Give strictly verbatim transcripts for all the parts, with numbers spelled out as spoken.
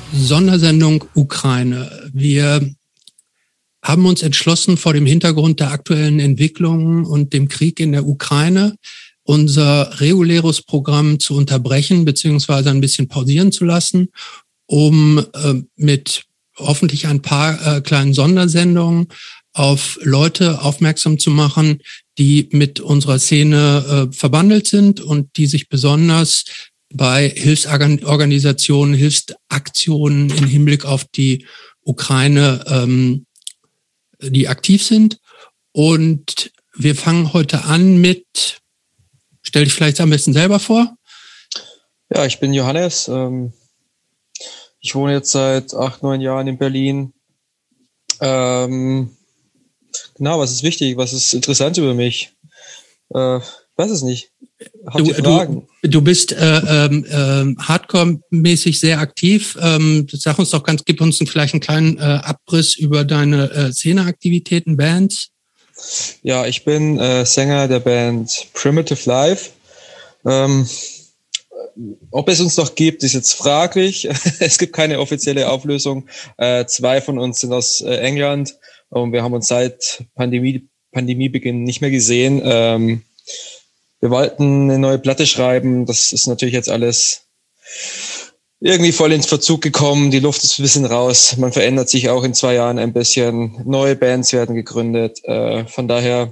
Sondersendung Ukraine. Wir haben uns entschlossen, vor dem Hintergrund der aktuellen Entwicklungen und dem Krieg in der Ukraine unser reguläres Programm zu unterbrechen beziehungsweise ein bisschen pausieren zu lassen, um äh, mit hoffentlich ein paar äh, kleinen Sondersendungen auf Leute aufmerksam zu machen, die mit unserer Szene äh, verbandelt sind und die sich besonders bei Hilfsorganisationen, Hilfsaktionen im Hinblick auf die Ukraine, ähm, die aktiv sind. Und wir fangen heute an mit, stell dich vielleicht am besten selber vor. Ja, ich bin Johannes. Ähm, ich wohne jetzt seit acht, neun Jahren in Berlin. Ähm, genau, was ist wichtig? Was ist interessant über mich? Äh, weiß es nicht. Habt ihr Fragen? Du, du bist äh, äh, Hardcore-mäßig sehr aktiv. Ähm, sag uns doch ganz, gib uns vielleicht einen kleinen äh, Abriss über deine äh, Szeneaktivitäten, Bands. Ja, ich bin äh, Sänger der Band Primitive Life. Ähm, ob es uns noch gibt, ist jetzt fraglich. Es gibt keine offizielle Auflösung. Äh, zwei von uns sind aus äh, England und wir haben uns seit Pandemie, Pandemiebeginn nicht mehr gesehen. Ähm, Wir wollten eine neue Platte schreiben. Das ist natürlich jetzt alles irgendwie voll ins Verzug gekommen. Die Luft ist ein bisschen raus. Man verändert sich auch in zwei Jahren ein bisschen. Neue Bands werden gegründet. Äh, von daher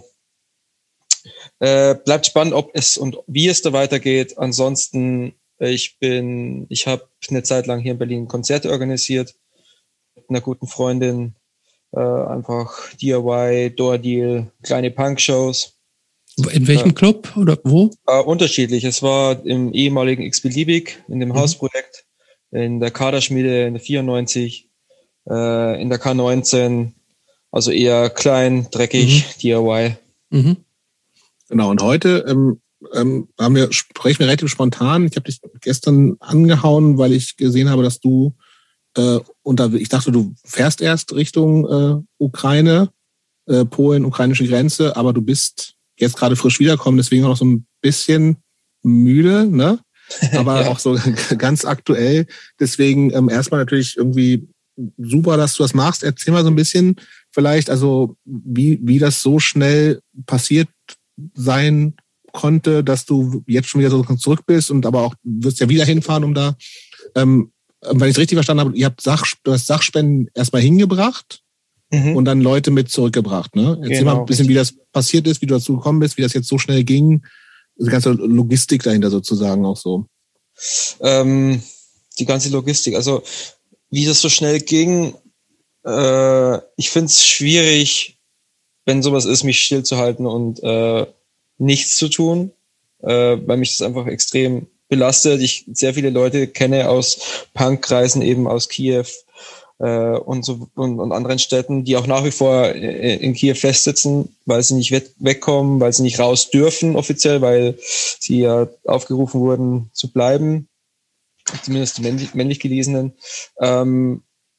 äh, bleibt spannend, ob es und wie es da weitergeht. Ansonsten, äh, ich bin, ich habe eine Zeit lang hier in Berlin Konzerte organisiert mit einer guten Freundin. Äh, einfach D I Y, Door Deal, kleine Punk-Shows. In welchem ja. Club oder wo? Uh, unterschiedlich. Es war im ehemaligen X-Beliebig, in dem mhm. Hausprojekt, in der Kaderschmiede, in der vierundneunzig, äh, in der K neunzehn. Also eher klein, dreckig, mhm. D I Y. Mhm. Genau, und heute ähm, ähm, haben wir, sprechen wir relativ spontan. Ich habe dich gestern angehauen, weil ich gesehen habe, dass du äh, unter, ich dachte, du fährst erst Richtung äh, Ukraine, äh, Polen, ukrainische Grenze, aber du bist jetzt gerade frisch wiederkommen, deswegen auch noch so ein bisschen müde, ne? Aber ja. auch so ganz aktuell. Deswegen ähm, erstmal natürlich irgendwie super, dass du das machst. Erzähl mal so ein bisschen vielleicht, also wie wie das so schnell passiert sein konnte, dass du jetzt schon wieder so zurück bist und aber auch wirst ja wieder hinfahren, um da, ähm, weil ich es richtig verstanden habe, ihr habt Sach, du hast Sachspenden erstmal hingebracht. Mhm. Und dann Leute mit zurückgebracht, ne? Erzähl genau, mal ein bisschen, richtig. Wie das passiert ist, wie du dazu gekommen bist, wie das jetzt so schnell ging. Die ganze Logistik dahinter sozusagen auch so. Ähm, die ganze Logistik, also wie das so schnell ging, äh, ich finde es schwierig, wenn sowas ist, mich stillzuhalten und äh, nichts zu tun, äh, weil mich das einfach extrem belastet. Ich sehr viele Leute kenne aus Punkkreisen, eben aus Kiew, und so und, und anderen Städten, die auch nach wie vor in Kiew festsitzen, weil sie nicht we- wegkommen, weil sie nicht raus dürfen offiziell, weil sie ja aufgerufen wurden zu bleiben, zumindest die männlich, männlich Gelesenen. Ähm,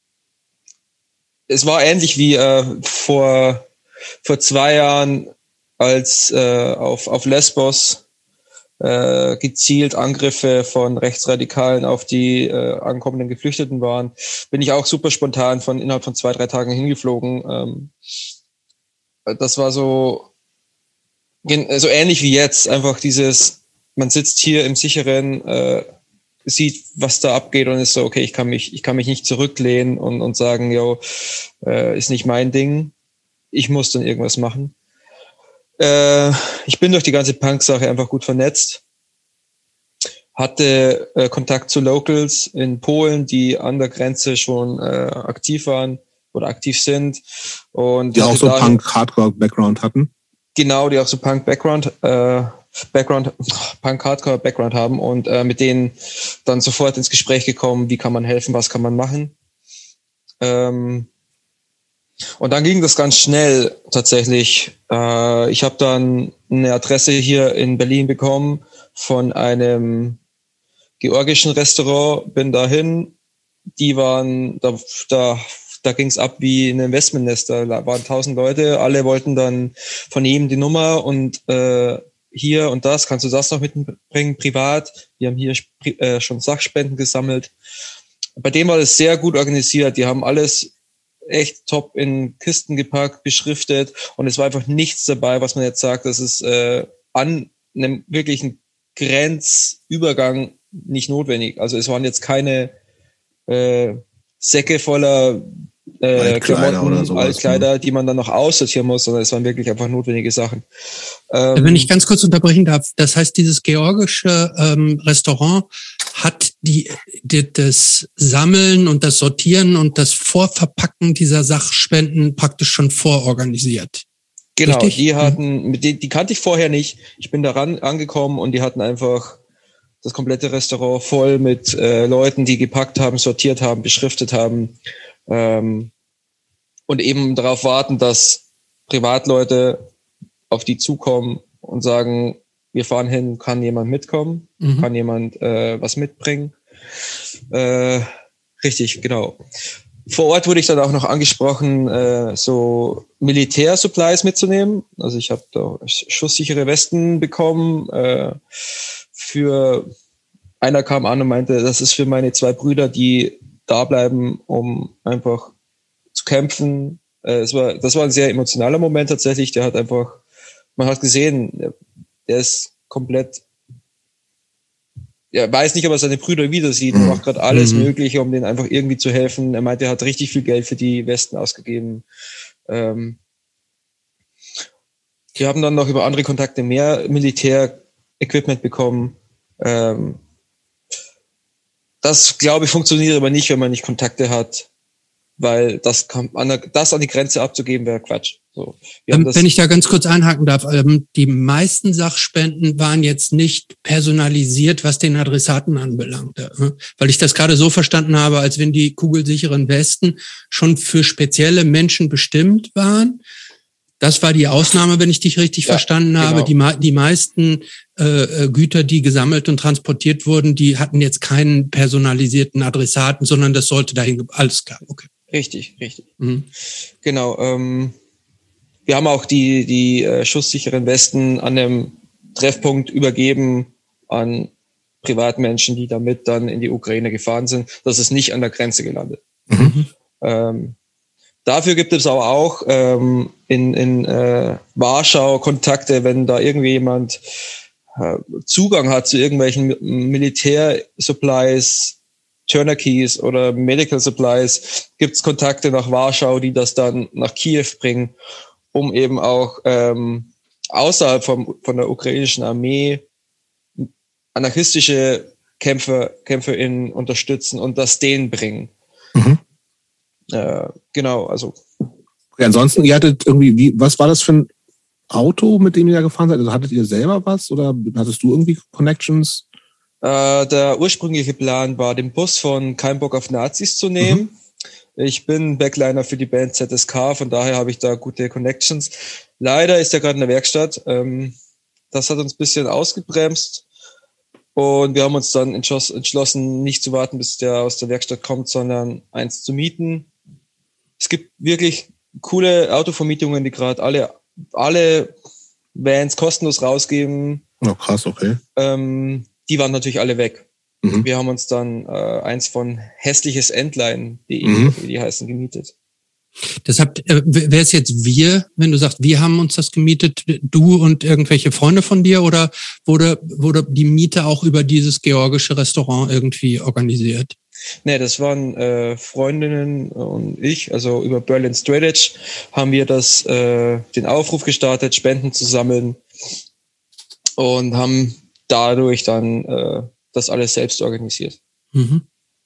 es war ähnlich wie äh, vor vor zwei Jahren, als äh, auf auf Lesbos Äh, gezielt Angriffe von Rechtsradikalen auf die äh, ankommenden Geflüchteten waren, bin ich auch super spontan von innerhalb von zwei, drei Tagen hingeflogen. Ähm, das war so, so ähnlich wie jetzt, einfach dieses, man sitzt hier im Sicheren, äh, sieht, was da abgeht und ist so, okay, ich kann mich, ich kann mich nicht zurücklehnen und, und sagen, yo, äh, ist nicht mein Ding, ich muss dann irgendwas machen. Äh, ich bin durch die ganze Punk-Sache einfach gut vernetzt, hatte äh, Kontakt zu Locals in Polen, die an der Grenze schon äh, aktiv waren oder aktiv sind. Und die auch so Punk-Hardcore-Background hatten? Genau, die auch so Punk-Background, äh, Background, Punk-Hardcore-Background haben und äh, mit denen dann sofort ins Gespräch gekommen, wie kann man helfen, was kann man machen. Ähm, Und dann ging das ganz schnell tatsächlich. Äh, ich habe dann eine Adresse hier in Berlin bekommen von einem georgischen Restaurant, bin dahin. Die waren, da, da, da ging es ab wie in einem Wespennest. Da waren tausend Leute, alle wollten dann von jedem die Nummer und äh, hier und das, kannst du das noch mitbringen, privat. Wir haben hier äh, schon Sachspenden gesammelt. bei dem war das sehr gut organisiert. Die haben alles echt top in Kisten gepackt, beschriftet und es war einfach nichts dabei, was man jetzt sagt, das ist äh, an einem wirklichen Grenzübergang nicht notwendig. Also es waren jetzt keine äh, Säcke voller äh, Klamotten, oder sowas, Altkleider, ne? Die man dann noch aussortieren muss, sondern es waren wirklich einfach notwendige Sachen. Ähm, Wenn ich ganz kurz unterbrechen darf, das heißt, dieses georgische ähm, Restaurant hat die, die das Sammeln und das Sortieren und das Vorverpacken dieser Sachspenden praktisch schon vororganisiert. Genau, Richtig? die hatten, die, die kannte ich vorher nicht. Ich bin daran angekommen und die hatten einfach das komplette Restaurant voll mit äh, Leuten, die gepackt haben, sortiert haben, beschriftet haben ähm, und eben darauf warten, dass Privatleute auf die zukommen und sagen, wir fahren hin, kann jemand mitkommen, mhm. kann jemand äh, was mitbringen. Äh, richtig, genau. Vor Ort wurde ich dann auch noch angesprochen, äh, so Militär-Supplies mitzunehmen. Also ich habe da schusssichere Westen bekommen. Äh, für einer kam an und meinte, das ist für meine zwei Brüder, die da bleiben, um einfach zu kämpfen. Äh, es war, das war ein sehr emotionaler Moment tatsächlich. Der hat einfach, man hat gesehen, der ist komplett, er weiß nicht, ob er seine Brüder wieder sieht. Er macht gerade alles mhm. Mögliche, um denen einfach irgendwie zu helfen. Er meinte, er hat richtig viel Geld für die Westen ausgegeben. Ähm wir haben dann noch über andere Kontakte mehr Militär-Equipment bekommen. Ähm das, glaube ich, funktioniert aber nicht, wenn man nicht Kontakte hat. Weil das, kann, an der, das an die Grenze abzugeben, wäre Quatsch. So, ähm, wenn ich da ganz kurz einhaken darf, ähm, die meisten Sachspenden waren jetzt nicht personalisiert, was den Adressaten anbelangte. Äh? Weil ich das gerade so verstanden habe, als wenn die kugelsicheren Westen schon für spezielle Menschen bestimmt waren. Das war die Ausnahme, wenn ich dich richtig ja, verstanden habe. Genau. Die, die meisten äh, Güter, die gesammelt und transportiert wurden, die hatten jetzt keinen personalisierten Adressaten, sondern das sollte dahin, alles klar, okay. Richtig, richtig. Mhm. Genau. Ähm, wir haben auch die, die äh, schusssicheren Westen an einem Treffpunkt übergeben an Privatmenschen, die damit dann in die Ukraine gefahren sind. Das ist nicht an der Grenze gelandet. Mhm. Ähm, dafür gibt es aber auch ähm, in, in äh, Warschau Kontakte, wenn da irgendwie jemand äh, Zugang hat zu irgendwelchen Militär-Supplies, Turner-Keys oder Medical Supplies, gibt's Kontakte nach Warschau, die das dann nach Kiew bringen, um eben auch ähm, außerhalb vom, von der ukrainischen Armee anarchistische Kämpfer, KämpferInnen unterstützen und das denen bringen. Mhm. Äh, genau, also. Okay, ansonsten, ihr hattet irgendwie, wie, was war das für ein Auto, mit dem ihr da gefahren seid? Also hattet ihr selber was oder hattest du irgendwie Connections? Äh, der ursprüngliche Plan war, den Bus von Kein Bock auf Nazis zu nehmen. Mhm. Ich bin Backliner für die Band Z S K, von daher habe ich da gute Connections. Leider ist er gerade in der Werkstatt. Ähm, das hat uns ein bisschen ausgebremst und wir haben uns dann entschloss- entschlossen, nicht zu warten, bis der aus der Werkstatt kommt, sondern eins zu mieten. Es gibt wirklich coole Autovermietungen, die gerade alle, alle Vans kostenlos rausgeben. Oh, krass, okay. Ähm, Die waren natürlich alle weg. Mhm. Wir haben uns dann äh, eins von hässliches Entlein, die, mhm. wie die heißen, gemietet. Das habt, äh, wer ist jetzt wir, wenn du sagst, wir haben uns das gemietet, du und irgendwelche Freunde von dir, oder wurde, wurde die Miete auch über dieses georgische Restaurant irgendwie organisiert? Nee, das waren äh, Freundinnen und ich, also über Berlin Straight Edge haben wir das, äh, den Aufruf gestartet, Spenden zu sammeln und haben dadurch dann äh, das alles selbst organisiert. Mhm.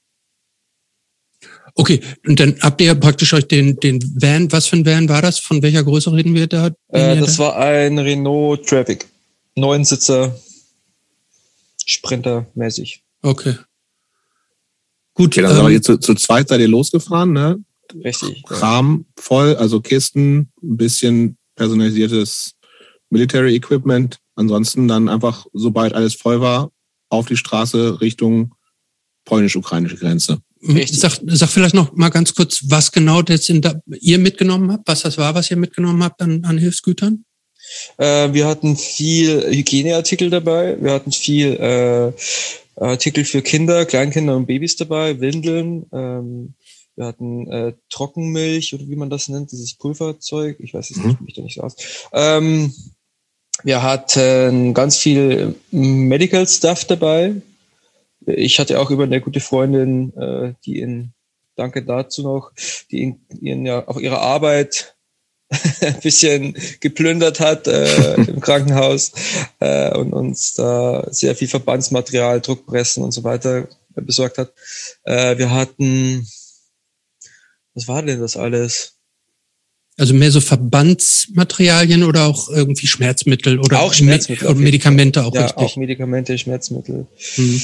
Okay, und dann habt ihr praktisch euch den den Van, was für ein Van war das? Von welcher Größe reden wir da? Äh, das da? war ein Renault Traffic. Neunsitzer, Sprinter-mäßig. Okay. Gut. Okay, dann ähm, aber ihr zu, zu zweit seid ihr losgefahren, ne? Richtig. Kram ja. voll, also Kisten, ein bisschen personalisiertes Military Equipment. Ansonsten dann einfach, sobald alles voll war, auf die Straße Richtung polnisch-ukrainische Grenze. Sag, sag vielleicht noch mal ganz kurz, was genau das in da, ihr mitgenommen habt, was das war, was ihr mitgenommen habt an, an Hilfsgütern? Äh, wir hatten viel Hygieneartikel dabei. Wir hatten viel äh, Artikel für Kinder, Kleinkinder und Babys dabei, Windeln. Ähm, wir hatten äh, Trockenmilch oder wie man das nennt, dieses Pulverzeug. Ich weiß es nicht, ich mich da nicht so aus. Ähm, wir hatten ganz viel Medical Stuff dabei. Ich hatte auch über eine gute Freundin, äh, die in, danke dazu noch, die in, in ja, auf ihrer Arbeit ein bisschen geplündert hat äh, im Krankenhaus äh, und uns da sehr viel Verbandsmaterial, Druckpressen und so weiter besorgt hat. Äh, wir hatten, was war denn das alles? Also mehr so Verbandsmaterialien oder auch irgendwie Schmerzmittel oder auch Schmerzmittel Me- Medikamente auch ja, richtig. auch Medikamente, Schmerzmittel. Hm.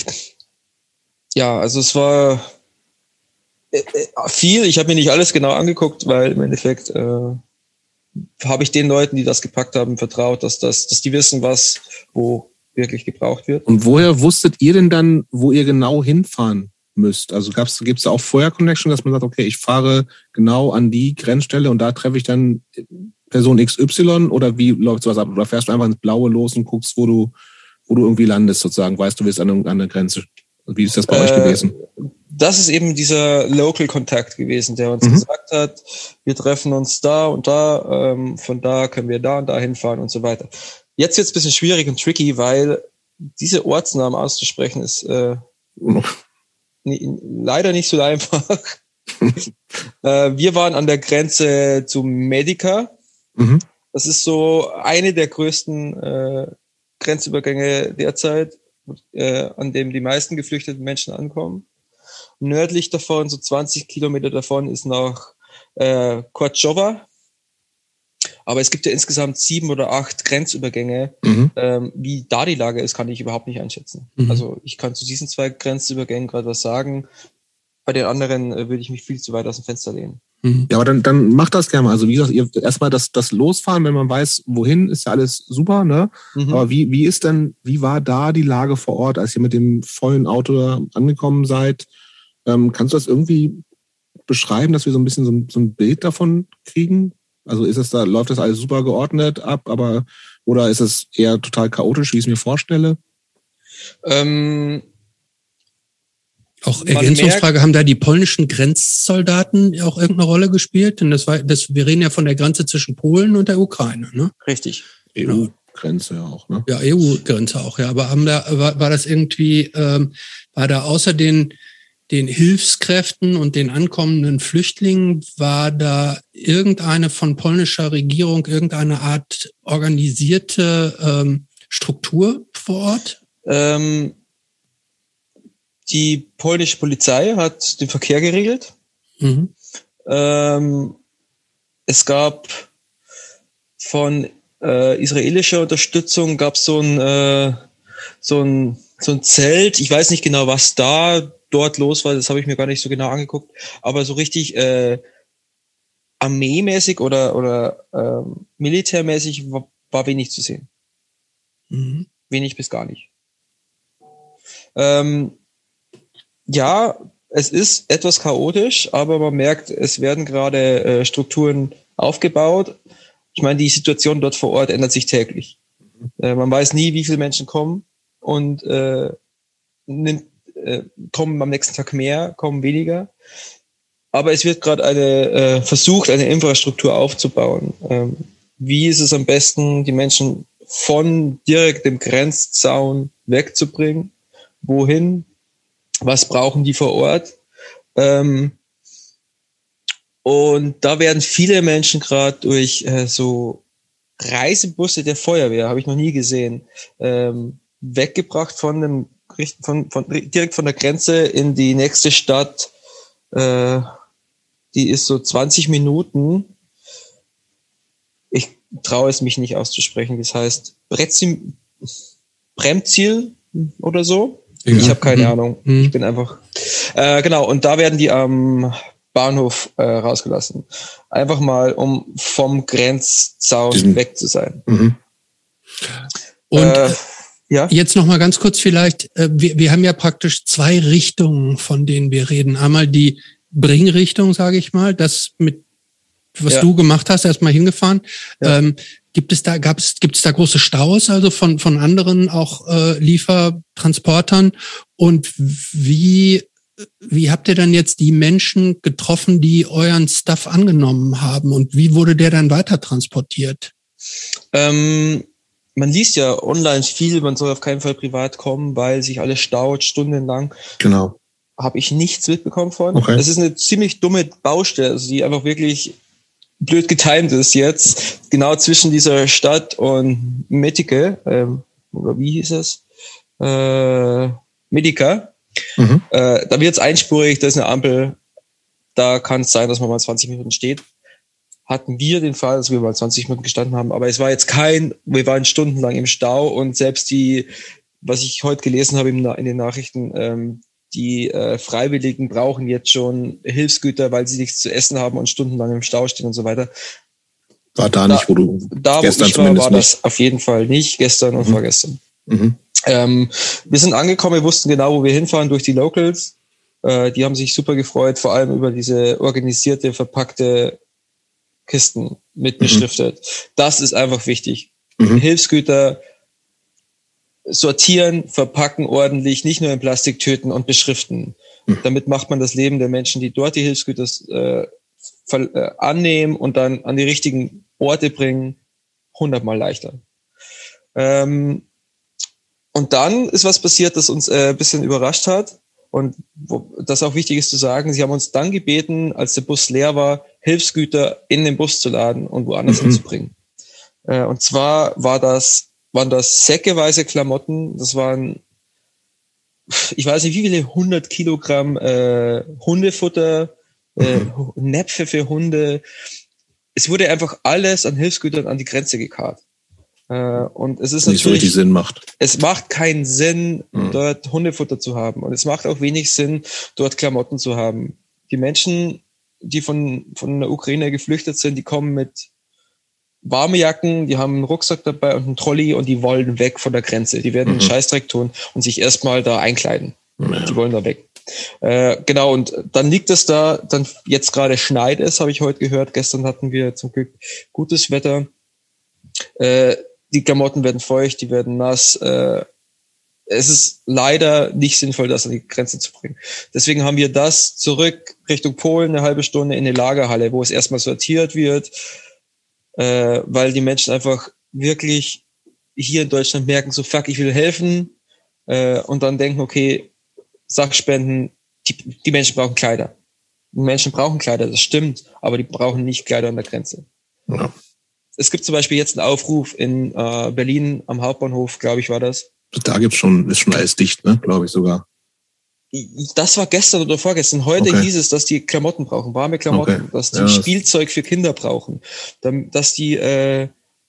Ja, also es war äh, viel. Ich habe mir nicht alles genau angeguckt, weil im Endeffekt äh, habe ich den Leuten, die das gepackt haben, vertraut, dass das, dass die wissen, was wo wirklich gebraucht wird. Und woher wusstet ihr denn dann, wo ihr genau hinfahren müsst? Also gab's, gibt's da auch vorher Connection, dass man sagt, okay, ich fahre genau an die Grenzstelle und da treffe ich dann Person X Y oder wie läuft sowas ab? Oder fährst du einfach ins Blaue los und guckst, wo du, wo du irgendwie landest sozusagen, weißt du, wirst an der, an der Grenze. Wie ist das bei äh, euch gewesen? Das ist eben dieser Local-Kontakt gewesen, der uns mhm. gesagt hat, wir treffen uns da und da, ähm, von da können wir da und da hinfahren und so weiter. Jetzt wird's ein bisschen schwierig und tricky, weil diese Ortsnamen auszusprechen ist äh, nie, leider nicht so einfach. äh, wir waren an der Grenze zu Medica. Mhm. Das ist so eine der größten äh, Grenzübergänge derzeit, äh, an dem die meisten geflüchteten Menschen ankommen. Nördlich davon, so zwanzig Kilometer davon, ist noch äh, Korčova. Aber es gibt ja insgesamt sieben oder acht Grenzübergänge. Mhm. Ähm, wie da die Lage ist, kann ich überhaupt nicht einschätzen. Mhm. Also ich kann zu diesen zwei Grenzübergängen gerade was sagen. Bei den anderen äh, würde ich mich viel zu weit aus dem Fenster lehnen. Mhm. Ja, aber dann, dann macht das gerne mal. Also wie gesagt, ihr erstmal das, das Losfahren, wenn man weiß, wohin, ist ja alles super, ne? Mhm. Aber wie, wie ist denn, wie war da die Lage vor Ort, als ihr mit dem vollen Auto angekommen seid? Ähm, kannst du das irgendwie beschreiben, dass wir so ein bisschen so ein, so ein Bild davon kriegen? Also ist es da, läuft das alles super geordnet ab, aber oder ist es eher total chaotisch, wie ich es mir vorstelle? Ähm, auch Ergänzungsfrage, merkt, haben da die polnischen Grenzsoldaten auch irgendeine Rolle gespielt? Denn das war, das, wir reden ja von der Grenze zwischen Polen und der Ukraine, ne? Richtig. E U-Grenze ja auch, ne? Ja, E U-Grenze auch, ja. Aber haben da, war, war das irgendwie, ähm, war da außer den den Hilfskräften und den ankommenden Flüchtlingen, war da irgendeine von polnischer Regierung, irgendeine Art organisierte ähm, Struktur vor Ort? Ähm, die polnische Polizei hat den Verkehr geregelt. Mhm. Ähm, es gab von äh, israelischer Unterstützung gab so ein äh, so ein so ein Zelt. Ich weiß nicht genau, was da dort los war, das habe ich mir gar nicht so genau angeguckt, aber so richtig äh, armeemäßig oder oder ähm, militärmäßig war, war wenig zu sehen. Mhm. Wenig bis gar nicht. Ähm, ja, es ist etwas chaotisch, aber man merkt, es werden gerade äh, Strukturen aufgebaut. Ich meine, die Situation dort vor Ort ändert sich täglich. Äh, man weiß nie, wie viele Menschen kommen und äh, nimmt kommen am nächsten Tag mehr, kommen weniger. Aber es wird gerade eine äh, versucht, eine Infrastruktur aufzubauen. Ähm, wie ist es am besten, die Menschen von direkt dem Grenzzaun wegzubringen? Wohin? Was brauchen die vor Ort? Ähm, und da werden viele Menschen gerade durch äh, so Reisebusse der Feuerwehr, habe ich noch nie gesehen, ähm, weggebracht von dem Von, von, direkt von der Grenze in die nächste Stadt, äh, die ist so zwanzig Minuten. Ich traue es mich nicht auszusprechen, das heißt Brezim, Bremzil oder so. Ja. Ich habe keine mhm. Ahnung. Mhm. Ich bin einfach. Äh, genau, und da werden die am Bahnhof äh, rausgelassen. Einfach mal, um vom Grenzzaun mhm. weg zu sein. Mhm. Und äh, Ja. Jetzt noch mal ganz kurz vielleicht, wir, wir haben ja praktisch zwei Richtungen, von denen wir reden. Einmal die Bringrichtung, sage ich mal, das mit was ja. du gemacht hast, erstmal hingefahren. Ja. Ähm, Gibt es da, gab es, gibt es da große Staus, also von, von anderen auch äh, Liefertransportern? Und wie, wie habt ihr dann jetzt die Menschen getroffen, die euren Stuff angenommen haben? Und wie wurde der dann weiter transportiert? Ähm, man liest ja online viel, man soll auf keinen Fall privat kommen, weil sich alles staut, stundenlang. Genau. Habe ich nichts mitbekommen von. Okay. Es ist eine ziemlich dumme Baustelle, also die einfach wirklich blöd getimt ist jetzt, genau zwischen dieser Stadt und Metike, ähm, oder wie hieß es? Äh, Medica. Mhm. Äh, da wird's einspurig, da ist eine Ampel, da kann es sein, dass man mal zwanzig Minuten steht. Hatten wir den Fall, dass wir mal zwanzig Minuten gestanden haben, aber es war jetzt kein, wir waren stundenlang im Stau und selbst die, was ich heute gelesen habe in, in den Nachrichten, ähm, die äh, Freiwilligen brauchen jetzt schon Hilfsgüter, weil sie nichts zu essen haben und stundenlang im Stau stehen und so weiter. War da, da nicht, wo du da, gestern wo ich war, war nicht. das auf jeden Fall nicht, gestern mhm. und vorgestern. Mhm. Ähm, wir sind angekommen, wir wussten genau, wo wir hinfahren, durch die Locals. Äh, die haben sich super gefreut, vor allem über diese organisierte, verpackte Kisten mit beschriftet. Mhm. Das ist einfach wichtig. Mhm. Hilfsgüter sortieren, verpacken ordentlich, nicht nur in Plastik töten und beschriften. Mhm. Damit macht man das Leben der Menschen, die dort die Hilfsgüter äh, ver- äh, annehmen und dann an die richtigen Orte bringen, hundertmal leichter. Ähm, und dann ist was passiert, das uns äh, ein bisschen überrascht hat. Und wo, das auch wichtig ist zu sagen, sie haben uns dann gebeten, als der Bus leer war, Hilfsgüter in den Bus zu laden und woanders mhm. hinzubringen. Äh, und zwar war das, waren das säckeweise Klamotten, das waren, ich weiß nicht, wie viele hundert Kilogramm äh, Hundefutter, äh, mhm. Näpfe für Hunde. Es wurde einfach alles an Hilfsgütern an die Grenze gekarrt. Uh, und es ist nicht so richtig Sinn macht. Es macht keinen Sinn, mhm. dort Hundefutter zu haben. Und es macht auch wenig Sinn, dort Klamotten zu haben. Die Menschen, die von, von der Ukraine geflüchtet sind, die kommen mit warme Jacken, die haben einen Rucksack dabei und einen Trolley und die wollen weg von der Grenze. Die werden mhm. einen Scheißdreck tun und sich erstmal da einkleiden. Ja. Die wollen da weg. Äh, genau, und dann liegt es da, dann jetzt gerade schneit es, habe ich heute gehört. Gestern hatten wir zum Glück gutes Wetter. Äh, Die Klamotten werden feucht, die werden nass. Äh, es ist leider nicht sinnvoll, das an die Grenze zu bringen. Deswegen haben wir das zurück Richtung Polen, eine halbe Stunde in eine Lagerhalle, wo es erstmal sortiert wird, äh, weil die Menschen einfach wirklich hier in Deutschland merken, so fuck, ich will helfen, äh, und dann denken, okay, Sachspenden, die, die Menschen brauchen Kleider. Die Menschen brauchen Kleider, das stimmt, aber die brauchen nicht Kleider an der Grenze. Ja. Es gibt zum Beispiel jetzt einen Aufruf in äh, Berlin am Hauptbahnhof, glaube ich, war das. Da gibt's schon, ist schon alles dicht, ne? Glaube ich sogar. Das war gestern oder vorgestern. Heute okay. hieß es, dass die Klamotten brauchen, warme Klamotten, okay. dass die ja, Spielzeug für Kinder brauchen, dass die äh,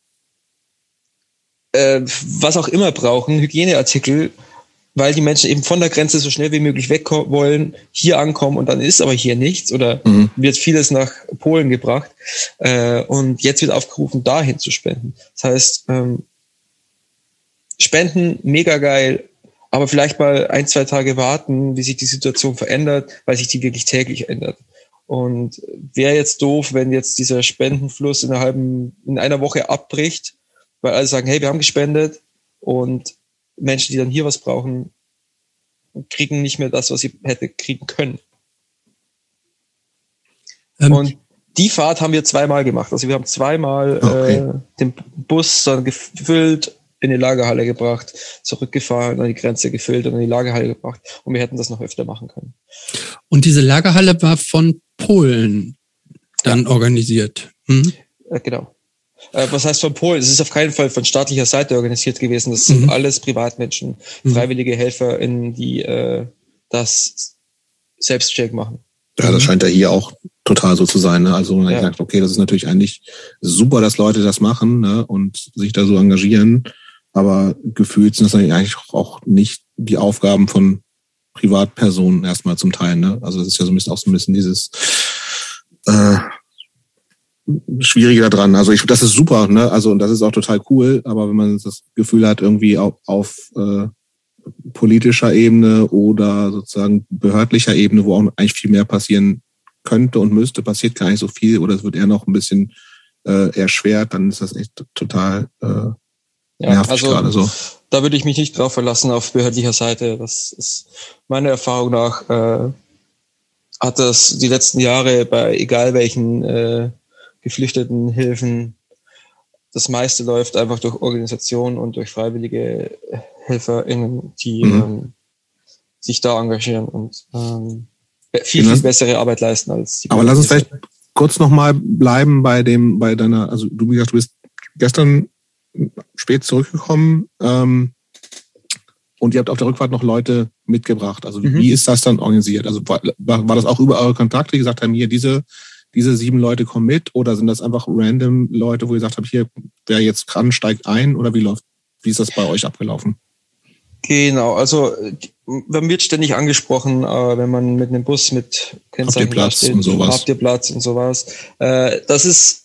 äh, was auch immer brauchen, Hygieneartikel, weil die Menschen eben von der Grenze so schnell wie möglich weg wollen, hier ankommen und dann ist aber hier nichts oder mhm. wird vieles nach Polen gebracht äh, und jetzt wird aufgerufen, dahin zu spenden. Das heißt, ähm, Spenden, mega geil, aber vielleicht mal ein, zwei Tage warten, wie sich die Situation verändert, weil sich die wirklich täglich ändert. Und wäre jetzt doof, wenn jetzt dieser Spendenfluss in einer halben, in einer Woche abbricht, weil alle sagen, hey, wir haben gespendet und Menschen, die dann hier was brauchen, kriegen nicht mehr das, was sie hätte kriegen können. Ähm, und die Fahrt haben wir zweimal gemacht. Also wir haben zweimal okay. äh, den Bus dann gefüllt, in die Lagerhalle gebracht, zurückgefahren, an die Grenze gefüllt und in die Lagerhalle gebracht. Und wir hätten das noch öfter machen können. Und diese Lagerhalle war von Polen dann ja. organisiert? Hm? Äh, genau. Was heißt von Polen? Es ist auf keinen Fall von staatlicher Seite organisiert gewesen. Das sind mhm. alles Privatmenschen, mhm. freiwillige Helfer, in die äh, das selbstständig machen. Ja, das scheint ja hier auch total so zu sein. Ne? Also man ja. sagt, okay, das ist natürlich eigentlich super, dass Leute das machen, ne? Und sich da so engagieren. Aber gefühlt sind das eigentlich auch nicht die Aufgaben von Privatpersonen erstmal zum Teil. Ne? Also das ist ja so ein bisschen auch so ein bisschen dieses äh, Schwierige daran. Also ich, das ist super, ne? Also und das ist auch total cool. Aber wenn man das Gefühl hat, irgendwie auf, auf äh, politischer Ebene oder sozusagen behördlicher Ebene, wo auch eigentlich viel mehr passieren könnte und müsste, passiert gar nicht so viel oder es wird eher noch ein bisschen äh, erschwert, dann ist das echt total äh, ja, nervig also, gerade so. Da würde ich mich nicht drauf verlassen auf behördlicher Seite. Das ist meiner Erfahrung nach äh, hat das die letzten Jahre bei egal welchen äh, Geflüchtetenhilfen, das meiste läuft einfach durch Organisationen und durch freiwillige HelferInnen, die mhm. ähm, sich da engagieren und ähm, viel, viel bessere Arbeit leisten als die. Aber lass uns vielleicht kurz nochmal bleiben bei dem, bei deiner, also du, wie gesagt, du bist gestern spät zurückgekommen ähm, und ihr habt auf der Rückfahrt noch Leute mitgebracht. Also mhm. wie ist das dann organisiert? Also war, war das auch über eure Kontakte, die gesagt haben, hier, diese, diese sieben Leute kommen mit, oder sind das einfach random Leute, wo ihr gesagt habt, hier, wer jetzt kann, steigt ein, oder wie läuft, wie ist das bei euch abgelaufen? Genau, also man wird ständig angesprochen, äh, wenn man mit einem Bus mit Kennzeichen habt ihr Platz steht, und sowas. Habt ihr Platz und sowas. Äh, das ist,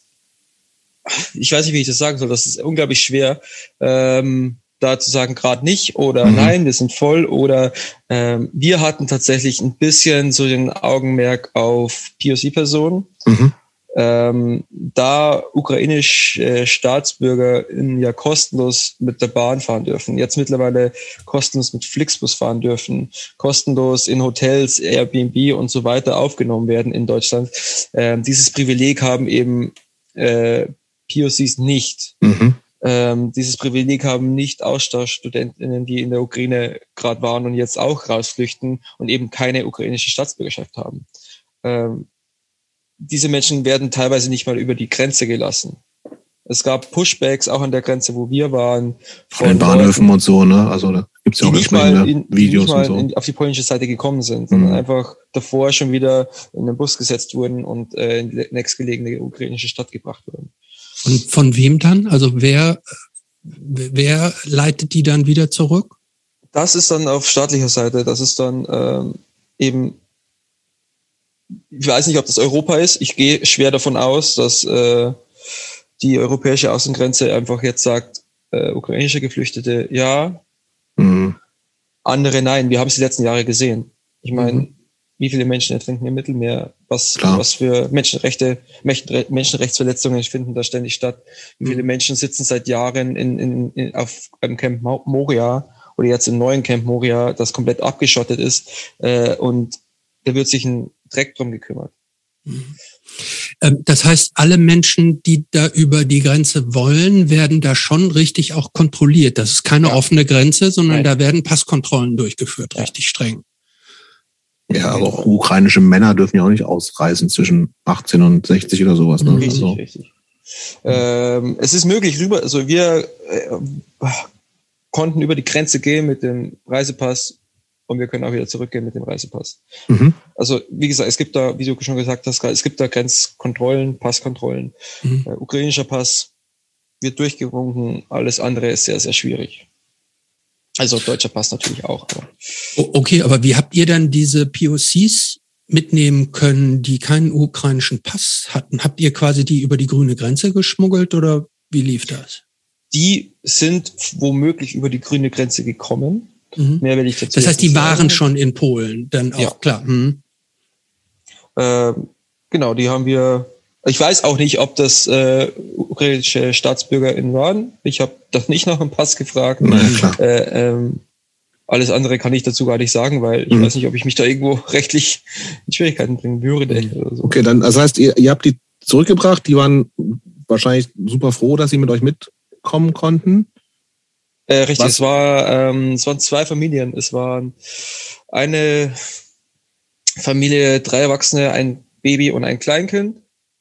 ich weiß nicht, wie ich das sagen soll, das ist unglaublich schwer, ähm, da zu sagen, gerade nicht oder mhm. nein, wir sind voll, oder ähm, wir hatten tatsächlich ein bisschen so den Augenmerk auf P O C-Personen. Mhm. Ähm, da ukrainische äh, StaatsbürgerInnen ja kostenlos mit der Bahn fahren dürfen, jetzt mittlerweile kostenlos mit Flixbus fahren dürfen, kostenlos in Hotels, Airbnb und so weiter aufgenommen werden in Deutschland. Ähm, dieses Privileg haben eben äh, P O Cs nicht. Mhm. Ähm, dieses Privileg haben nicht AustauschstudentInnen, die in der Ukraine gerade waren und jetzt auch rausflüchten und eben keine ukrainische Staatsbürgerschaft haben. Ähm, Diese Menschen werden teilweise nicht mal über die Grenze gelassen. Es gab Pushbacks auch an der Grenze, wo wir waren. Von den Bahnhöfen und so, ne? Also da gibt's ja auch nicht mal in, Videos nicht mal und so. In, auf die polnische Seite gekommen sind, sondern mhm. einfach davor schon wieder in den Bus gesetzt wurden und äh, in die nächstgelegene ukrainische Stadt gebracht wurden. Und von wem dann? Also wer, wer leitet die dann wieder zurück? Das ist dann auf staatlicher Seite. Das ist dann ähm, eben, ich weiß nicht, ob das Europa ist. Ich gehe schwer davon aus, dass äh, die europäische Außengrenze einfach jetzt sagt, äh, ukrainische Geflüchtete ja, mhm. andere nein. Wir haben es die letzten Jahre gesehen. Ich meine, mhm. wie viele Menschen ertrinken im Mittelmeer? Was, was für Menschenrechte, Menschenrechtsverletzungen finden da ständig statt? Wie viele mhm. Menschen sitzen seit Jahren in, in, in, auf einem Camp Moria oder jetzt im neuen Camp Moria, das komplett abgeschottet ist, äh, und da wird sich ein Dreck drum gekümmert. Das heißt, alle Menschen, die da über die Grenze wollen, werden da schon richtig auch kontrolliert. Das ist keine ja. offene Grenze, sondern Nein. da werden Passkontrollen durchgeführt, ja. richtig streng. Ja, aber auch ukrainische Männer dürfen ja auch nicht ausreisen zwischen achtzehn und sechzig oder sowas. Ne? Richtig, also. richtig. Ähm, es ist möglich rüber, also wir äh, konnten über die Grenze gehen mit dem Reisepass. Und wir können auch wieder zurückgehen mit dem Reisepass. Mhm. Also wie gesagt, es gibt da, wie du schon gesagt hast, es gibt da Grenzkontrollen, Passkontrollen. Mhm. Äh, ukrainischer Pass wird durchgewunken, alles andere ist sehr, sehr schwierig. Also deutscher Pass natürlich auch. Aber. Okay, aber wie habt ihr dann diese P O Cs mitnehmen können, die keinen ukrainischen Pass hatten? Habt ihr quasi die über die grüne Grenze geschmuggelt oder wie lief das? Die sind womöglich über die grüne Grenze gekommen. Mhm. Mehr will ich dazu Das heißt, die waren sagen. schon in Polen, dann auch, ja. klar. Mhm. Äh, genau, die haben wir, ich weiß auch nicht, ob das äh, ukrainische StaatsbürgerInnen waren. Ich habe das nicht nach dem Pass gefragt. Nein, klar. Äh, ähm, alles andere kann ich dazu gar nicht sagen, weil ich mhm. weiß nicht, ob ich mich da irgendwo rechtlich in Schwierigkeiten bringen würde. Mhm. Oder so. Okay, dann, das heißt, ihr, ihr habt die zurückgebracht, die waren wahrscheinlich super froh, dass sie mit euch mitkommen konnten. Äh, richtig, Was? es war, ähm, es waren zwei Familien. Es waren eine Familie, drei Erwachsene, ein Baby und ein Kleinkind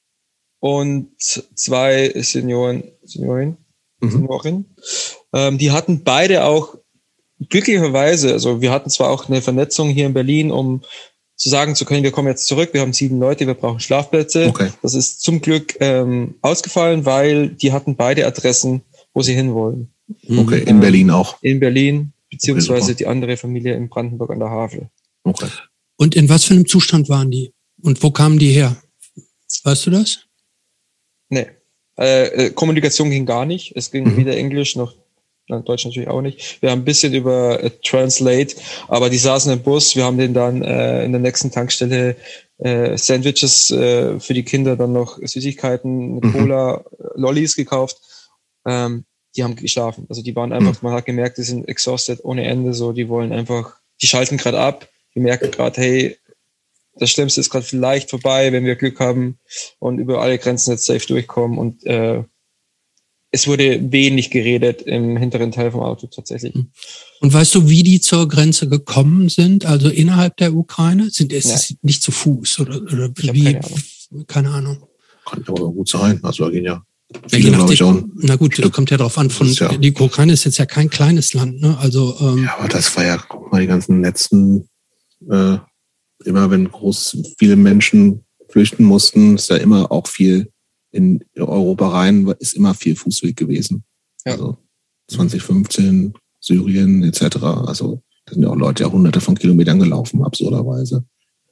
und zwei Senioren, Senioren, mhm. Senioren. Ähm, die hatten beide auch glücklicherweise, also wir hatten zwar auch eine Vernetzung hier in Berlin, um zu sagen zu können, wir kommen jetzt zurück, wir haben sieben Leute, wir brauchen Schlafplätze. Okay. Das ist zum Glück ähm, ausgefallen, weil die hatten beide Adressen, wo sie hinwollen. Okay, in ähm, Berlin auch. In Berlin, beziehungsweise okay, die andere Familie in Brandenburg an der Havel. Okay. Und in was für einem Zustand waren die? Und wo kamen die her? Weißt du das? Nee. Äh, äh, Kommunikation ging gar nicht. Es ging mhm. weder Englisch noch na, Deutsch natürlich auch nicht. Wir haben ein bisschen über äh, Translate, aber die saßen im Bus. Wir haben den dann äh, in der nächsten Tankstelle äh, Sandwiches äh, für die Kinder, dann noch Süßigkeiten, mhm. Cola, Lollis gekauft. Ähm, die haben geschlafen. Also die waren einfach, mhm. man hat gemerkt, die sind exhausted ohne Ende. So, die wollen einfach, die schalten gerade ab. Die merken gerade, hey, das Schlimmste ist gerade vielleicht vorbei, wenn wir Glück haben und über alle Grenzen jetzt safe durchkommen. Und äh, es wurde wenig geredet im hinteren Teil vom Auto tatsächlich. Und weißt du, wie die zur Grenze gekommen sind? Also innerhalb der Ukraine? Sind es ja. nicht zu Fuß oder, oder wie? Keine Ahnung. keine Ahnung. Kann aber gut sein. Also da gehen ja. Ja, je nach ich auch na gut, das kommt ja drauf an. Von ja, die Ukraine ist jetzt ja kein kleines Land, ne? Also ähm, ja, aber das war ja, guck mal, die ganzen letzten äh, immer wenn groß viele Menschen flüchten mussten, ist ja immer auch viel in Europa rein, ist immer viel Fußweg gewesen. Ja. Also zwanzig fünfzehn, Syrien et cetera. Also da sind ja auch Leute ja hunderte von Kilometern gelaufen, absurderweise.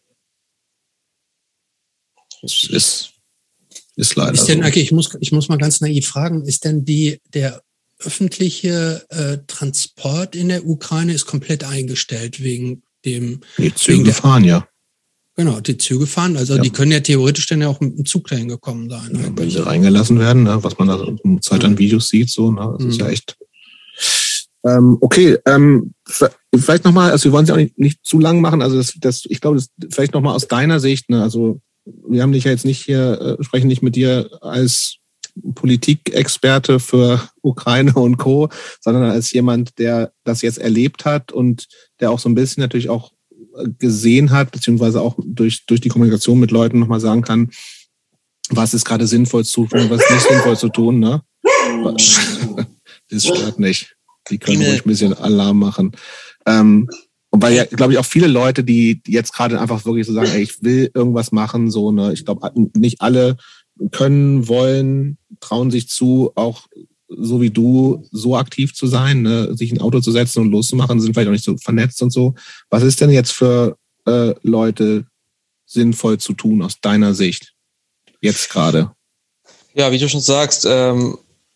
Das ist, ist leider ist denn, so. Okay, ich muss, ich muss mal ganz naiv fragen, ist denn die, der öffentliche äh, Transport in der Ukraine ist komplett eingestellt wegen dem... Die Züge fahren ja. Genau, die Züge fahren. Also ja. die können ja theoretisch dann ja auch mit dem Zug dahin gekommen sein. Ja, wenn sie reingelassen werden, ne, was man da in Zeit an Videos sieht, so, ne, das mhm. ist ja echt. Ähm, okay, ähm, vielleicht nochmal, also wir wollen es ja auch nicht, nicht zu lang machen, also das, das ich glaube, das vielleicht nochmal aus deiner Sicht, ne, also wir haben dich ja jetzt nicht hier, äh, sprechen nicht mit dir als Politikexperte für Ukraine und Co., sondern als jemand, der das jetzt erlebt hat und der auch so ein bisschen natürlich auch gesehen hat, beziehungsweise auch durch, durch die Kommunikation mit Leuten nochmal sagen kann, was ist gerade sinnvoll zu tun, was ist nicht sinnvoll zu tun, ne? Das stört nicht. Die können ruhig ein bisschen Alarm machen. Ähm, und weil ja, glaube ich, auch viele Leute, die jetzt gerade einfach wirklich so sagen, ey, ich will irgendwas machen, so, ne? Ich glaube, nicht alle können, wollen, trauen sich zu, auch so wie du, so aktiv zu sein, ne? Sich ein Auto zu setzen und loszumachen, sind vielleicht auch nicht so vernetzt und so. Was ist denn jetzt für äh, Leute sinnvoll zu tun aus deiner Sicht? Jetzt gerade. Ja, wie du schon sagst, ähm,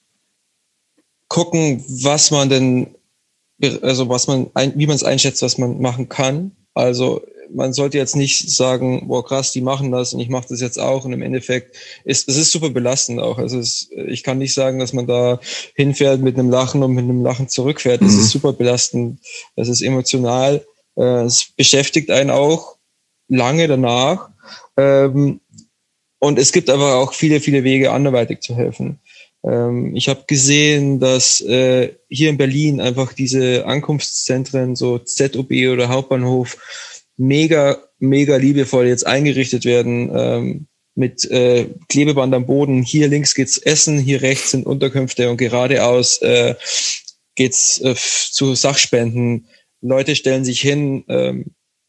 gucken, was man denn, also was man, ein, wie man es einschätzt, was man machen kann. Also man sollte jetzt nicht sagen, boah krass, die machen das und ich mache das jetzt auch. Und im Endeffekt ist es ist super belastend auch. Also es, ich kann nicht sagen, dass man da hinfährt mit einem Lachen und mit einem Lachen zurückfährt. Es mhm. ist super belastend. Es ist emotional. Äh, es beschäftigt einen auch lange danach. Ähm, und es gibt aber auch viele, viele Wege, anderweitig zu helfen. Ähm, ich habe gesehen, dass äh, hier in Berlin einfach diese Ankunftszentren, so Z O B oder Hauptbahnhof, mega, mega liebevoll jetzt eingerichtet werden, ähm, mit äh, Klebeband am Boden. Hier links geht's essen, hier rechts sind Unterkünfte und geradeaus äh, geht's äh, zu Sachspenden. Leute stellen sich hin ähm,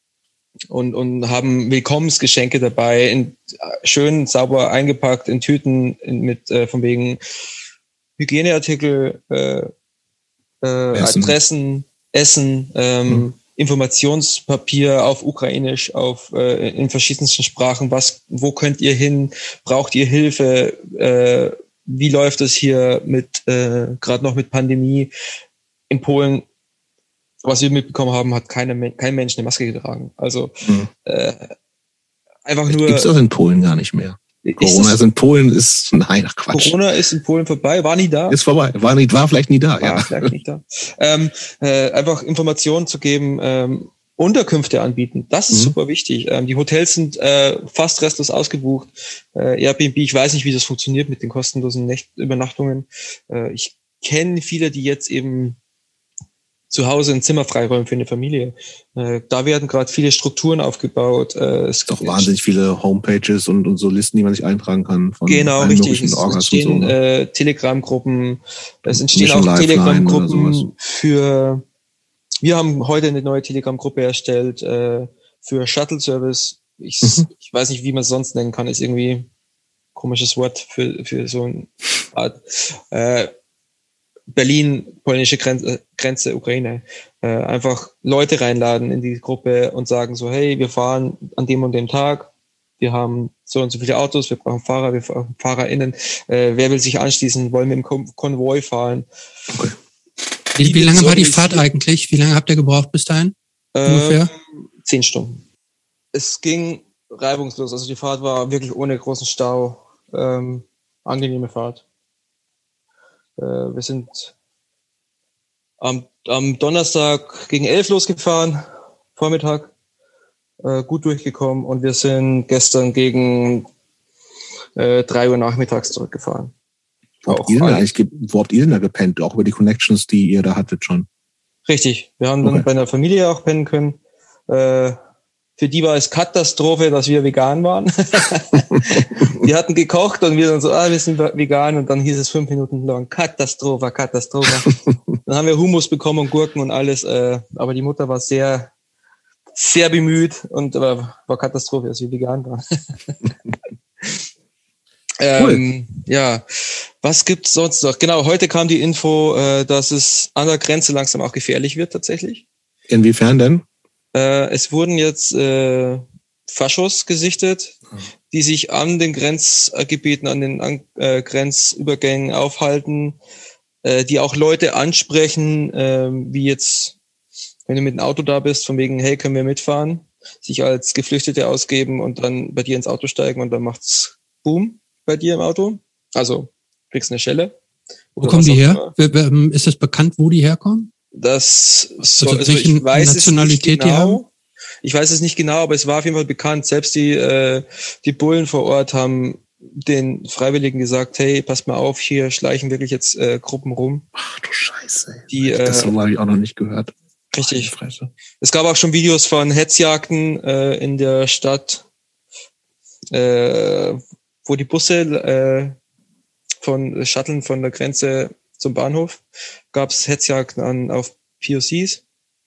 und und haben Willkommensgeschenke dabei, in, schön sauber eingepackt in Tüten in, mit äh, von wegen Hygieneartikel, äh, äh, Essen. Adressen, Essen, ähm, hm. Informationspapier auf Ukrainisch, auf äh, in verschiedensten Sprachen. Was, wo könnt ihr hin? Braucht ihr Hilfe? Äh, wie läuft es hier mit äh, gerade noch mit Pandemie in Polen? Was wir mitbekommen haben, hat keine, kein Mensch eine Maske getragen. Also mhm. äh, einfach nur. Gibt's auch in Polen gar nicht mehr. Corona ist in Polen ist nein, ach Quatsch. Corona ist in Polen vorbei, war nie da. Ist vorbei, war nicht, war vielleicht nie da. War ja. vielleicht nicht da. Ähm, äh, einfach Informationen zu geben, ähm, Unterkünfte anbieten, das ist mhm. super wichtig. Ähm, die Hotels sind äh, fast restlos ausgebucht. Äh, Airbnb, ich weiß nicht, wie das funktioniert mit den kostenlosen Nächt- Übernachtungen. Äh, ich kenne viele, die jetzt eben zu Hause ein Zimmer freiräumen für eine Familie. Äh, da werden gerade viele Strukturen aufgebaut. Äh, es gibt doch wahnsinnig viele Homepages und, und so Listen, die man sich eintragen kann. Von genau, richtig. Es entstehen so, ne? äh, Telegram-Gruppen. Es entstehen Mission auch Telegram-Gruppen für... Wir haben heute eine neue Telegram-Gruppe erstellt äh, für Shuttle-Service. Ich, mhm. ich weiß nicht, wie man es sonst nennen kann. Ist irgendwie ein komisches Wort für, für so eine Art... Äh, Berlin, polnische Grenze, Grenze Ukraine, äh, einfach Leute reinladen in die Gruppe und sagen so, hey, wir fahren an dem und dem Tag, wir haben so und so viele Autos, wir brauchen Fahrer, wir brauchen FahrerInnen, äh, wer will sich anschließen, wollen wir im Kon- Konvoi fahren. Okay. Wie, wie lange war die Fahrt eigentlich? Wie lange habt ihr gebraucht bis dahin? Äh, ungefähr? Zehn Stunden. Es ging reibungslos. Also die Fahrt war wirklich ohne großen Stau. Ähm, angenehme Fahrt. Äh, wir sind am, am Donnerstag gegen elf losgefahren, Vormittag, äh, gut durchgekommen und wir sind gestern gegen äh, drei Uhr nachmittags zurückgefahren. Wo habt, ihr denn eigentlich, wo habt ihr denn da gepennt? Auch über die Connections, die ihr da hattet schon? Richtig. Wir haben dann okay. bei einer Familie auch pennen können. Äh, für die war es Katastrophe, dass wir vegan waren. Die hatten gekocht und wir dann so, ah, wir sind vegan. Und dann hieß es fünf Minuten lang, Katastrophe, Katastrophe. Dann haben wir Hummus bekommen und Gurken und alles. Äh, aber die Mutter war sehr, sehr bemüht und äh, war Katastrophe, dass wir vegan waren. Cool. Ähm, ja, was gibt's sonst noch? Genau, heute kam die Info, äh, dass es an der Grenze langsam auch gefährlich wird tatsächlich. Inwiefern denn? Äh, es wurden jetzt äh, Faschos gesichtet, hm. die sich an den Grenzgebieten, an den an, äh, Grenzübergängen aufhalten, äh, die auch Leute ansprechen, äh, wie jetzt, wenn du mit dem Auto da bist, von wegen, hey, können wir mitfahren, sich als Geflüchtete ausgeben und dann bei dir ins Auto steigen und dann macht's Boom bei dir im Auto. Also kriegst eine Schelle. Wo kommen die her? Immer. Ist es bekannt, wo die herkommen? Das so, also, also ich weiß Nationalität es nicht genau. Ich weiß es nicht genau, aber es war auf jeden Fall bekannt. Selbst die äh, die Bullen vor Ort haben den Freiwilligen gesagt, hey, passt mal auf, hier schleichen wirklich jetzt äh, Gruppen rum. Ach du Scheiße. Die, das äh, habe ich auch noch nicht gehört. Richtig. Es gab auch schon Videos von Hetzjagden äh, in der Stadt, äh, wo die Busse äh, von Shuttlen von der Grenze zum Bahnhof gab es Hetzjagden an auf P O Cs.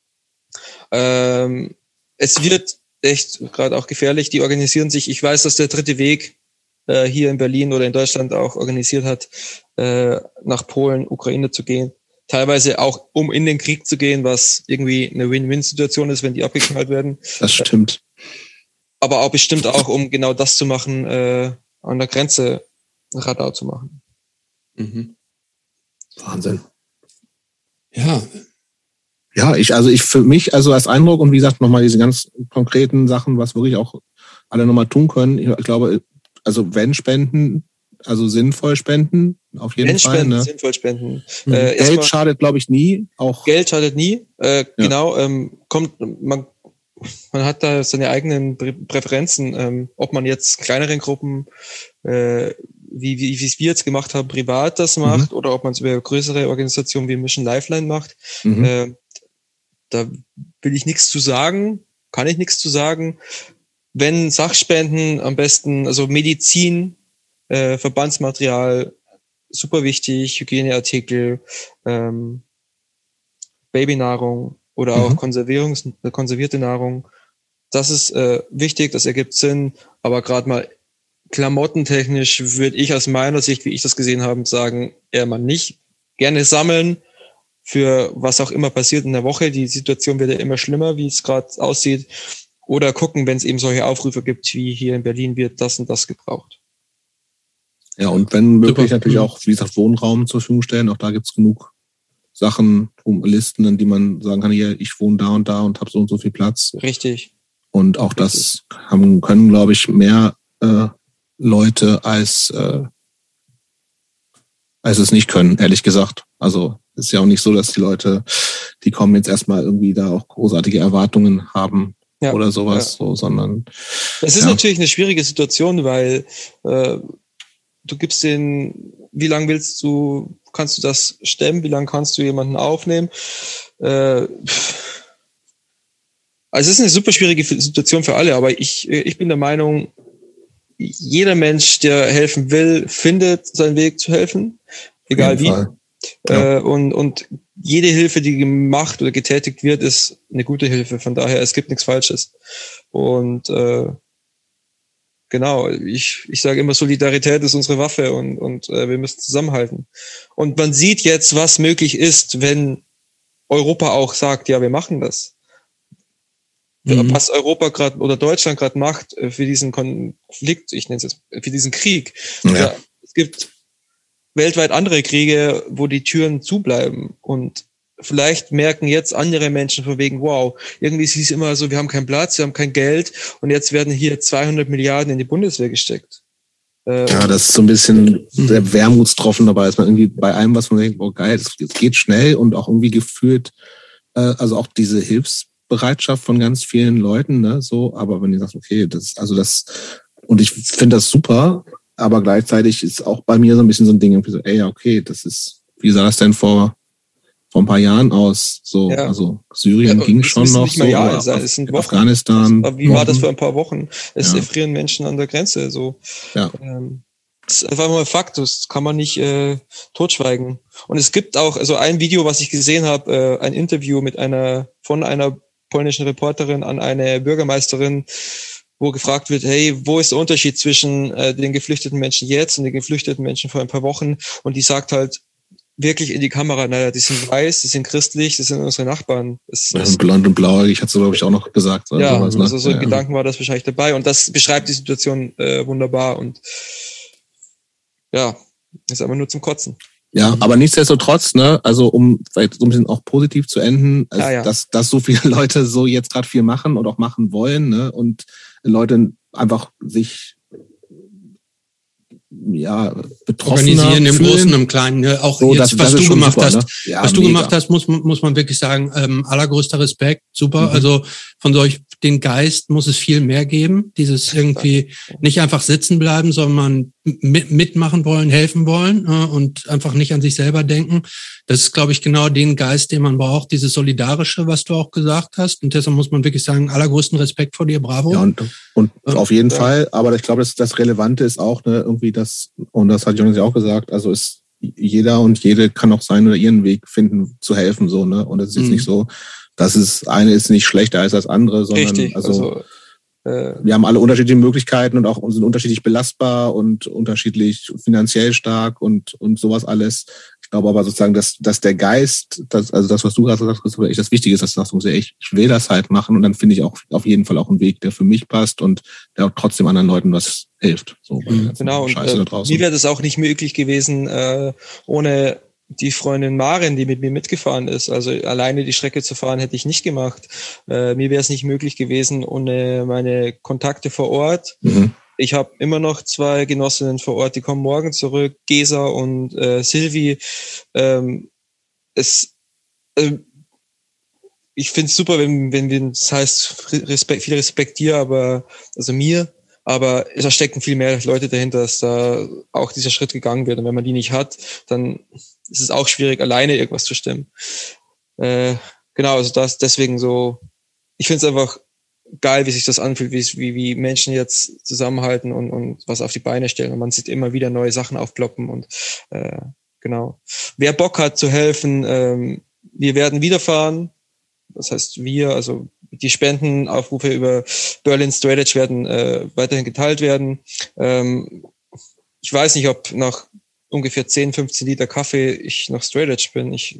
Ähm, es wird echt gerade auch gefährlich. Die organisieren sich. Ich weiß, dass der Dritte Weg äh, hier in Berlin oder in Deutschland auch organisiert hat, äh, nach Polen, Ukraine zu gehen. Teilweise auch, um in den Krieg zu gehen, was irgendwie eine Win-Win-Situation ist, wenn die abgeknallt werden. Das stimmt. Aber auch bestimmt auch, um genau das zu machen, äh, an der Grenze Radau zu machen. Mhm. Wahnsinn. Ja. Ja, ich, also ich für mich, also als Eindruck und wie gesagt, nochmal diese ganz konkreten Sachen, was wirklich auch alle nochmal tun können. Ich glaube, also wenn Spenden, also sinnvoll spenden, auf jeden wenn Fall. Spenden, ne? sinnvoll spenden. Mhm. Äh, Geld schadet, glaube ich, nie. Auch Geld schadet nie. Äh, ja. Genau, ähm, kommt, man, man hat da seine eigenen Präferenzen, ähm, ob man jetzt kleineren Gruppen, äh, wie, wie, wie es wir jetzt gemacht haben, privat das macht, mhm. oder ob man es über größere Organisationen wie Mission Lifeline macht. Mhm. Äh, da will ich nichts zu sagen, kann ich nichts zu sagen. Wenn Sachspenden am besten, also Medizin, äh, Verbandsmaterial, super wichtig, Hygieneartikel, ähm, Babynahrung oder auch mhm. Konservierungs, konservierte Nahrung. Das ist äh, wichtig, das ergibt Sinn, aber gerade mal klamottentechnisch würde ich aus meiner Sicht, wie ich das gesehen habe, sagen, eher mal nicht. Gerne sammeln für was auch immer passiert in der Woche. Die Situation wird ja immer schlimmer, wie es gerade aussieht. Oder gucken, wenn es eben solche Aufrufe gibt, wie hier in Berlin wird das und das gebraucht. Ja, und wenn möglich natürlich auch, wie gesagt, Wohnraum zur Verfügung stellen. Auch da gibt's genug Sachen, um Listen, in die man sagen kann, hier, ich wohne da und da und habe so und so viel Platz. Richtig. Und auch das haben, können, glaube ich, mehr äh, Leute als äh, als es nicht können, ehrlich gesagt. Also ist ja auch nicht so, dass die Leute, die kommen jetzt erstmal irgendwie da auch großartige Erwartungen haben ja, oder sowas, ja. so, sondern es ist ja. natürlich eine schwierige Situation, weil äh, du gibst den, wie lange willst du, kannst du das stemmen, wie lange kannst du jemanden aufnehmen? Äh, also es ist eine super schwierige Situation für alle, aber ich, ich bin der Meinung, jeder Mensch, der helfen will, findet seinen Weg zu helfen, egal wie. Ja. Äh, und, und jede Hilfe, die gemacht oder getätigt wird, ist eine gute Hilfe. Von daher, es gibt nichts Falsches. Und äh, genau, ich, ich sage immer, Solidarität ist unsere Waffe und, und äh, wir müssen zusammenhalten. Und man sieht jetzt, was möglich ist, wenn Europa auch sagt, ja, wir machen das. Mhm. Was Europa gerade oder Deutschland gerade macht für diesen Konflikt, ich nenne es jetzt, für diesen Krieg. Ja. Ja, es gibt weltweit andere Kriege, wo die Türen zubleiben und vielleicht merken jetzt andere Menschen von wegen, wow, irgendwie ist es immer so, wir haben keinen Platz, wir haben kein Geld und jetzt werden hier zweihundert Milliarden in die Bundeswehr gesteckt. Äh, ja, das ist so ein bisschen der Wermutstropfen dabei, dass man irgendwie bei allem, was man denkt, oh geil, es geht schnell und auch irgendwie gefühlt, äh, also auch diese Hilfsbereitschaft von ganz vielen Leuten, ne, so, aber wenn ihr sagt, okay, das, also das, und ich finde das super, aber gleichzeitig ist auch bei mir so ein bisschen so ein Ding, irgendwie so, ey, ja, okay, das ist, wie sah das denn vor, vor ein paar Jahren aus? So, ja. Also Syrien ja, ging schon noch so, Jahre sein. Es sind Wochen. Afghanistan. Aber wie Wochen. War das vor ein paar Wochen? Es ja. erfrieren Menschen an der Grenze, so. Ja. Ähm, das ist einfach mal Fakt, das kann man nicht äh, totschweigen. Und es gibt auch, also ein Video, was ich gesehen habe, äh, ein Interview mit einer, von einer polnischen Reporterin an eine Bürgermeisterin, wo gefragt wird, hey, wo ist der Unterschied zwischen äh, den geflüchteten Menschen jetzt und den geflüchteten Menschen vor ein paar Wochen? Und die sagt halt wirklich in die Kamera, naja, die sind weiß, die sind christlich, das sind unsere Nachbarn. Das, ja, das blond und blauäugig, hat sie, glaube ich, auch noch gesagt. Ja, sowas, ne? Also so ja, Gedanken war das wahrscheinlich dabei. Und das beschreibt die Situation äh, wunderbar. Und ja, ist aber nur zum Kotzen. Ja, aber nichtsdestotrotz, ne, also um vielleicht so ein bisschen auch positiv zu enden, also, ja, ja. dass, dass so viele Leute so jetzt gerade viel machen und auch machen wollen, ne, und Leute einfach sich ja betroffen organisieren im Großen, im Kleinen, ne? Auch so, jetzt, das, was das du gemacht super, hast, ne? Ja, was du mega. gemacht hast, muss muss man wirklich sagen, ähm, allergrößter Respekt, super. Mhm. Also von solch den Geist muss es viel mehr geben, dieses irgendwie nicht einfach sitzen bleiben, sondern mit, mitmachen wollen, helfen wollen äh, und einfach nicht an sich selber denken. Das ist, glaube ich, genau den Geist, den man braucht, dieses Solidarische, was du auch gesagt hast. Und deshalb muss man wirklich sagen, allergrößten Respekt vor dir, bravo. Ja, und, und äh, auf jeden ja. Fall, aber ich glaube, das, das Relevante ist auch, ne, irgendwie das, und das hat Jonas ja auch gesagt, also ist jeder und jede kann auch seinen oder ihren Weg finden, zu helfen, so, ne, und es ist jetzt mhm. nicht so, dass es eine ist nicht schlechter als das andere, sondern Richtig, also, also äh, wir haben alle unterschiedliche Möglichkeiten und auch sind unterschiedlich belastbar und unterschiedlich finanziell stark und und sowas alles. Ich glaube aber sozusagen, dass dass der Geist, das, also das, was du gerade gesagt hast, echt das Wichtige ist, dass du sagst, ich, ich will das halt machen und dann finde ich auch auf jeden Fall auch einen Weg, der für mich passt und der auch trotzdem anderen Leuten was hilft. So, genau, und äh, mir wäre das auch nicht möglich gewesen, äh, ohne die Freundin Maren, die mit mir mitgefahren ist. Also alleine die Strecke zu fahren, hätte ich nicht gemacht. Äh, mir wäre es nicht möglich gewesen ohne meine Kontakte vor Ort. Mhm. Ich habe immer noch zwei Genossinnen vor Ort, die kommen morgen zurück, Gesa und äh, Silvi. Ähm, es, äh, ich finde es super, wenn, wenn wir, das heißt Respekt, viel Respekt dir, aber also mir, aber da stecken viel mehr Leute dahinter, dass da auch dieser Schritt gegangen wird. Und wenn man die nicht hat, dann ist es auch schwierig, alleine irgendwas zu stemmen. Äh, genau, also das deswegen so, ich finde es einfach geil, wie sich das anfühlt, wie, wie, wie Menschen jetzt zusammenhalten und, und was auf die Beine stellen. Und man sieht immer wieder neue Sachen aufploppen und äh, genau. Wer Bock hat zu helfen, ähm, wir werden wiederfahren. Das heißt, wir, also die Spendenaufrufe über Berlin Straight Edge werden äh, weiterhin geteilt werden. Ähm, ich weiß nicht, ob nach ungefähr zehn, fünfzehn Liter Kaffee ich noch Straight Edge bin. Ich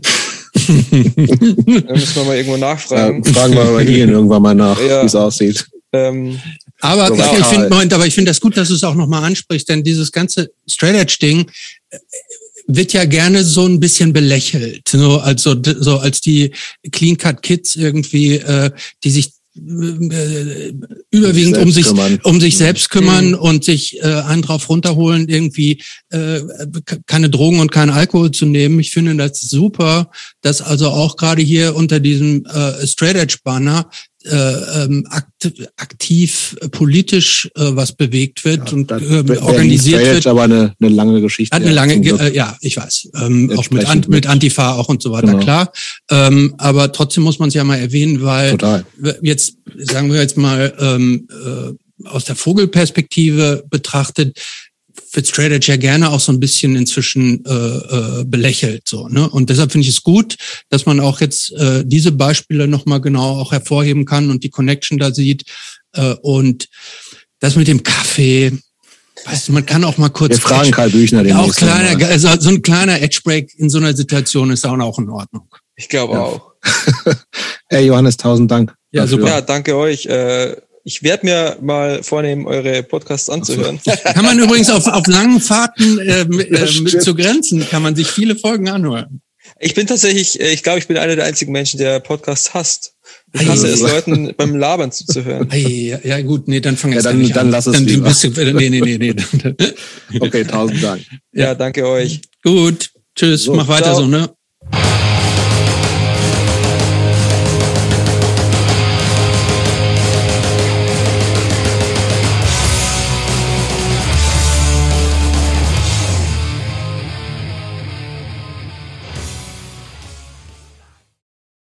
da müssen wir mal irgendwo nachfragen. Ja, fragen wir bei Ian irgendwann mal nach, ja. wie es aussieht. Ähm, aber, so ich find, Moment, aber ich finde das gut, dass du es auch nochmal ansprichst, denn dieses ganze Straight Edge Ding wird ja gerne so ein bisschen belächelt, so also so als die Clean Cut Kids irgendwie, äh, die sich äh, überwiegend um sich kümmern. um sich selbst kümmern mhm. und sich äh, einen drauf runterholen, irgendwie äh, keine Drogen und keinen Alkohol zu nehmen. Ich finde das super, dass also auch gerade hier unter diesem äh, Straight Edge Banner äh, ähm, aktiv, aktiv äh, politisch äh, was bewegt wird ja, und äh, organisiert wird. Aber eine, eine lange Geschichte. Hat eine lange, äh, ja, ich weiß. Ähm, auch mit, Ant, mit Antifa auch und so weiter, genau. Klar. Ähm, aber trotzdem muss man es ja mal erwähnen, weil Total. jetzt, sagen wir jetzt mal, ähm, äh, aus der Vogelperspektive betrachtet, wird Straight Edge ja gerne auch so ein bisschen inzwischen äh, äh, belächelt, so, ne? Und deshalb finde ich es gut, dass man auch jetzt äh, diese Beispiele nochmal genau auch hervorheben kann und die Connection da sieht. Äh, und das mit dem Kaffee, weißt du, man kann auch mal kurz... Wir fragen Karl Büchner den ja, auch kleiner, also so ein kleiner Edge-Break in so einer Situation ist auch, auch in Ordnung. Ich glaube ja. auch. Hey Johannes, tausend Dank. Ja, dafür. Super. Ja, danke euch. Äh, Ich werde mir mal vornehmen, eure Podcasts anzuhören. Kann man übrigens auf, auf langen Fahrten äh, äh, mit zu Grenzen, kann man sich viele Folgen anhören. Ich bin tatsächlich, ich glaube, ich bin einer der einzigen Menschen, der Podcasts hasst. Ich hasse es, Leuten beim Labern zuzuhören. Ja, ja gut, nee, dann fang ja, jetzt dann, nicht dann an. lass es dann lieber. Bist du, nee, nee, nee, nee. Okay, tausend Dank. Ja, danke euch. Gut, tschüss, So, mach weiter ciao. so, ne?